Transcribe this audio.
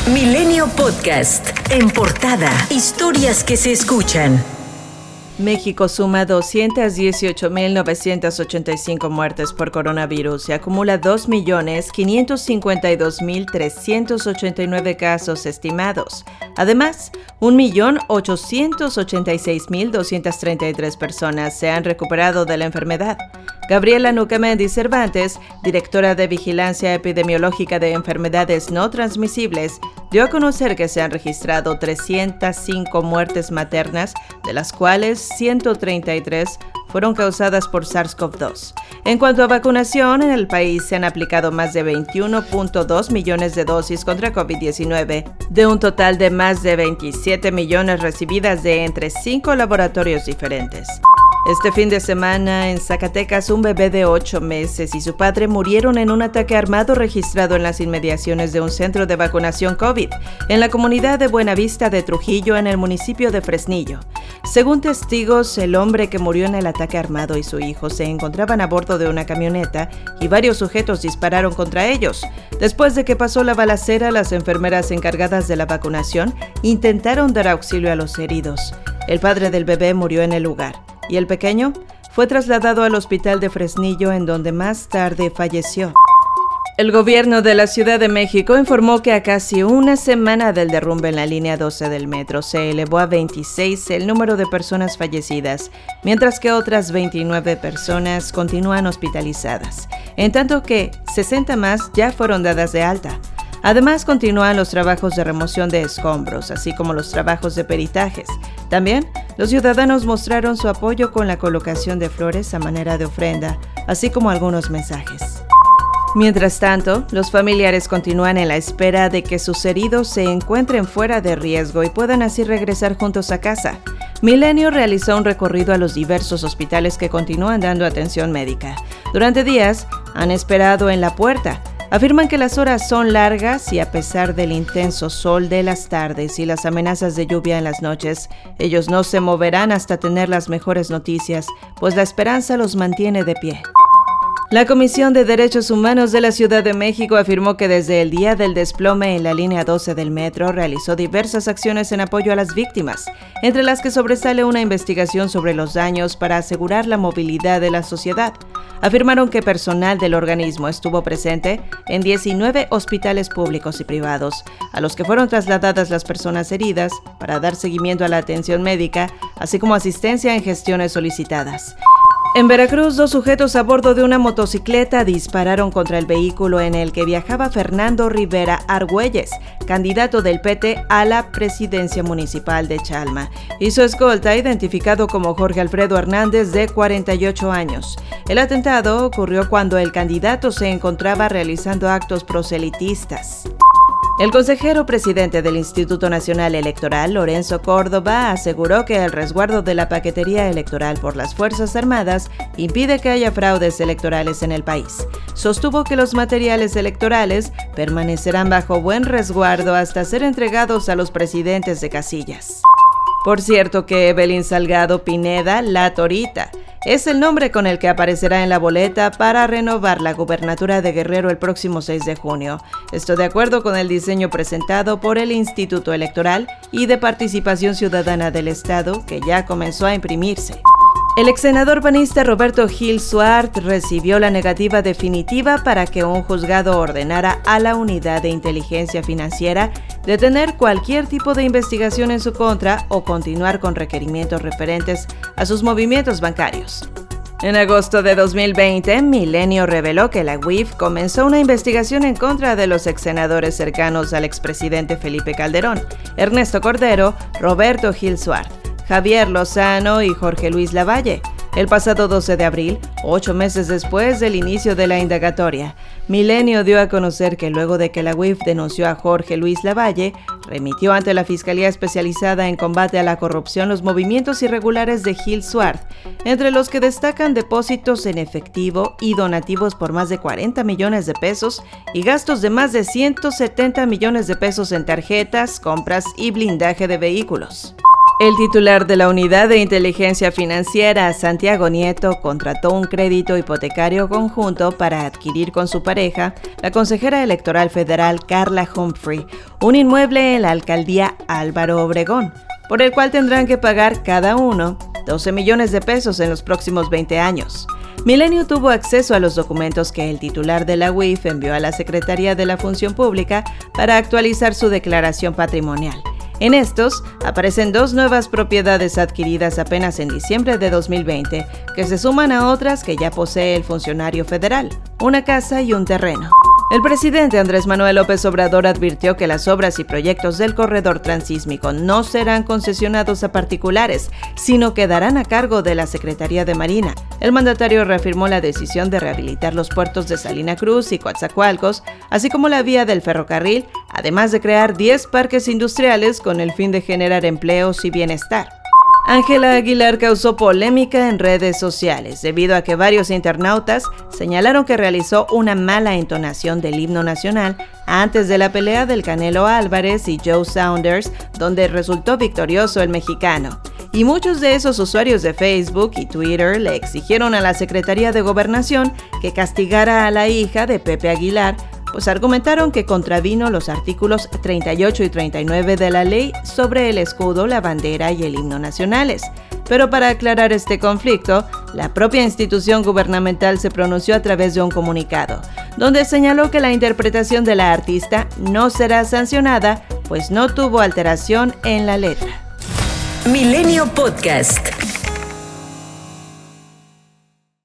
Milenio Podcast. En portada, historias que se escuchan. México suma 218.985 muertes por coronavirus y acumula 2.552.389 casos estimados. Además, 1.886.233 personas se han recuperado de la enfermedad. Gabriela Nucamendi Cervantes, directora de Vigilancia Epidemiológica de Enfermedades No Transmisibles, dio a conocer que se han registrado 305 muertes maternas, de las cuales 133 fueron causadas por SARS-CoV-2. En cuanto a vacunación, en el país se han aplicado más de 21.2 millones de dosis contra COVID-19, de un total de más de 27 millones recibidas de entre 5 laboratorios diferentes. Este fin de semana, en Zacatecas, un bebé de 8 meses y su padre murieron en un ataque armado registrado en las inmediaciones de un centro de vacunación COVID, en la comunidad de Buenavista de Trujillo, en el municipio de Fresnillo. Según testigos, el hombre que murió en el ataque armado y su hijo se encontraban a bordo de una camioneta y varios sujetos dispararon contra ellos. Después de que pasó la balacera, las enfermeras encargadas de la vacunación intentaron dar auxilio a los heridos. El padre del bebé murió en el lugar y el pequeño fue trasladado al hospital de Fresnillo, en donde más tarde falleció. El gobierno de la Ciudad de México informó que a casi una semana del derrumbe en la línea 12 del metro se elevó a 26 el número de personas fallecidas, mientras que otras 29 personas continúan hospitalizadas, en tanto que 60 más ya fueron dadas de alta. Además, continúan los trabajos de remoción de escombros, así como los trabajos de peritajes. También, los ciudadanos mostraron su apoyo con la colocación de flores a manera de ofrenda, así como algunos mensajes. Mientras tanto, los familiares continúan en la espera de que sus heridos se encuentren fuera de riesgo y puedan así regresar juntos a casa. Milenio realizó un recorrido a los diversos hospitales que continúan dando atención médica. Durante días, han esperado en la puerta. Afirman que las horas son largas y a pesar del intenso sol de las tardes y las amenazas de lluvia en las noches, ellos no se moverán hasta tener las mejores noticias, pues la esperanza los mantiene de pie. La Comisión de Derechos Humanos de la Ciudad de México afirmó que desde el día del desplome en la línea 12 del metro realizó diversas acciones en apoyo a las víctimas, entre las que sobresale una investigación sobre los daños para asegurar la movilidad de la sociedad. Afirmaron que personal del organismo estuvo presente en 19 hospitales públicos y privados, a los que fueron trasladadas las personas heridas para dar seguimiento a la atención médica, así como asistencia en gestiones solicitadas. En Veracruz, 2 sujetos a bordo de una motocicleta dispararon contra el vehículo en el que viajaba Fernando Rivera Argüelles, candidato del PT a la presidencia municipal de Chalma, y su escolta, identificado como Jorge Alfredo Hernández, de 48 años. El atentado ocurrió cuando el candidato se encontraba realizando actos proselitistas. El consejero presidente del Instituto Nacional Electoral, Lorenzo Córdoba, aseguró que el resguardo de la paquetería electoral por las Fuerzas Armadas impide que haya fraudes electorales en el país. Sostuvo que los materiales electorales permanecerán bajo buen resguardo hasta ser entregados a los presidentes de casillas. Por cierto que Evelyn Salgado Pineda, la Torita, es el nombre con el que aparecerá en la boleta para renovar la gubernatura de Guerrero el próximo 6 de junio. Esto de acuerdo con el diseño presentado por el Instituto Electoral y de Participación Ciudadana del Estado, que ya comenzó a imprimirse. El exsenador panista Roberto Gil Suart recibió la negativa definitiva para que un juzgado ordenara a la Unidad de Inteligencia Financiera detener cualquier tipo de investigación en su contra o continuar con requerimientos referentes a sus movimientos bancarios. En agosto de 2020, Milenio reveló que la UIF comenzó una investigación en contra de los exsenadores cercanos al expresidente Felipe Calderón, Ernesto Cordero, Roberto Gil Suart, Javier Lozano y Jorge Luis Lavalle. El pasado 12 de abril, 8 meses después del inicio de la indagatoria, Milenio dio a conocer que luego de que la UIF denunció a Jorge Luis Lavalle, remitió ante la Fiscalía Especializada en Combate a la Corrupción los movimientos irregulares de Gil Suart, entre los que destacan depósitos en efectivo y donativos por más de 40 millones de pesos y gastos de más de 170 millones de pesos en tarjetas, compras y blindaje de vehículos. El titular de la Unidad de Inteligencia Financiera, Santiago Nieto, contrató un crédito hipotecario conjunto para adquirir con su pareja, la consejera electoral federal Carla Humphrey, un inmueble en la alcaldía Álvaro Obregón, por el cual tendrán que pagar cada uno 12 millones de pesos en los próximos 20 años. Milenio tuvo acceso a los documentos que el titular de la UIF envió a la Secretaría de la Función Pública para actualizar su declaración patrimonial. En estos aparecen 2 nuevas propiedades adquiridas apenas en diciembre de 2020, que se suman a otras que ya posee el funcionario federal, una casa y un terreno. El presidente Andrés Manuel López Obrador advirtió que las obras y proyectos del corredor transísmico no serán concesionados a particulares, sino quedarán a cargo de la Secretaría de Marina. El mandatario reafirmó la decisión de rehabilitar los puertos de Salina Cruz y Coatzacoalcos, así como la vía del ferrocarril, además de crear 10 parques industriales con el fin de generar empleos y bienestar. Ángela Aguilar causó polémica en redes sociales debido a que varios internautas señalaron que realizó una mala entonación del himno nacional antes de la pelea del Canelo Álvarez y Joe Saunders, donde resultó victorioso el mexicano. Y muchos de esos usuarios de Facebook y Twitter le exigieron a la Secretaría de Gobernación que castigara a la hija de Pepe Aguilar, pues argumentaron que contravino los artículos 38 y 39 de la ley sobre el escudo, la bandera y el himno nacionales. Pero para aclarar este conflicto, la propia institución gubernamental se pronunció a través de un comunicado, donde señaló que la interpretación de la artista no será sancionada, pues no tuvo alteración en la letra. Milenio Podcast.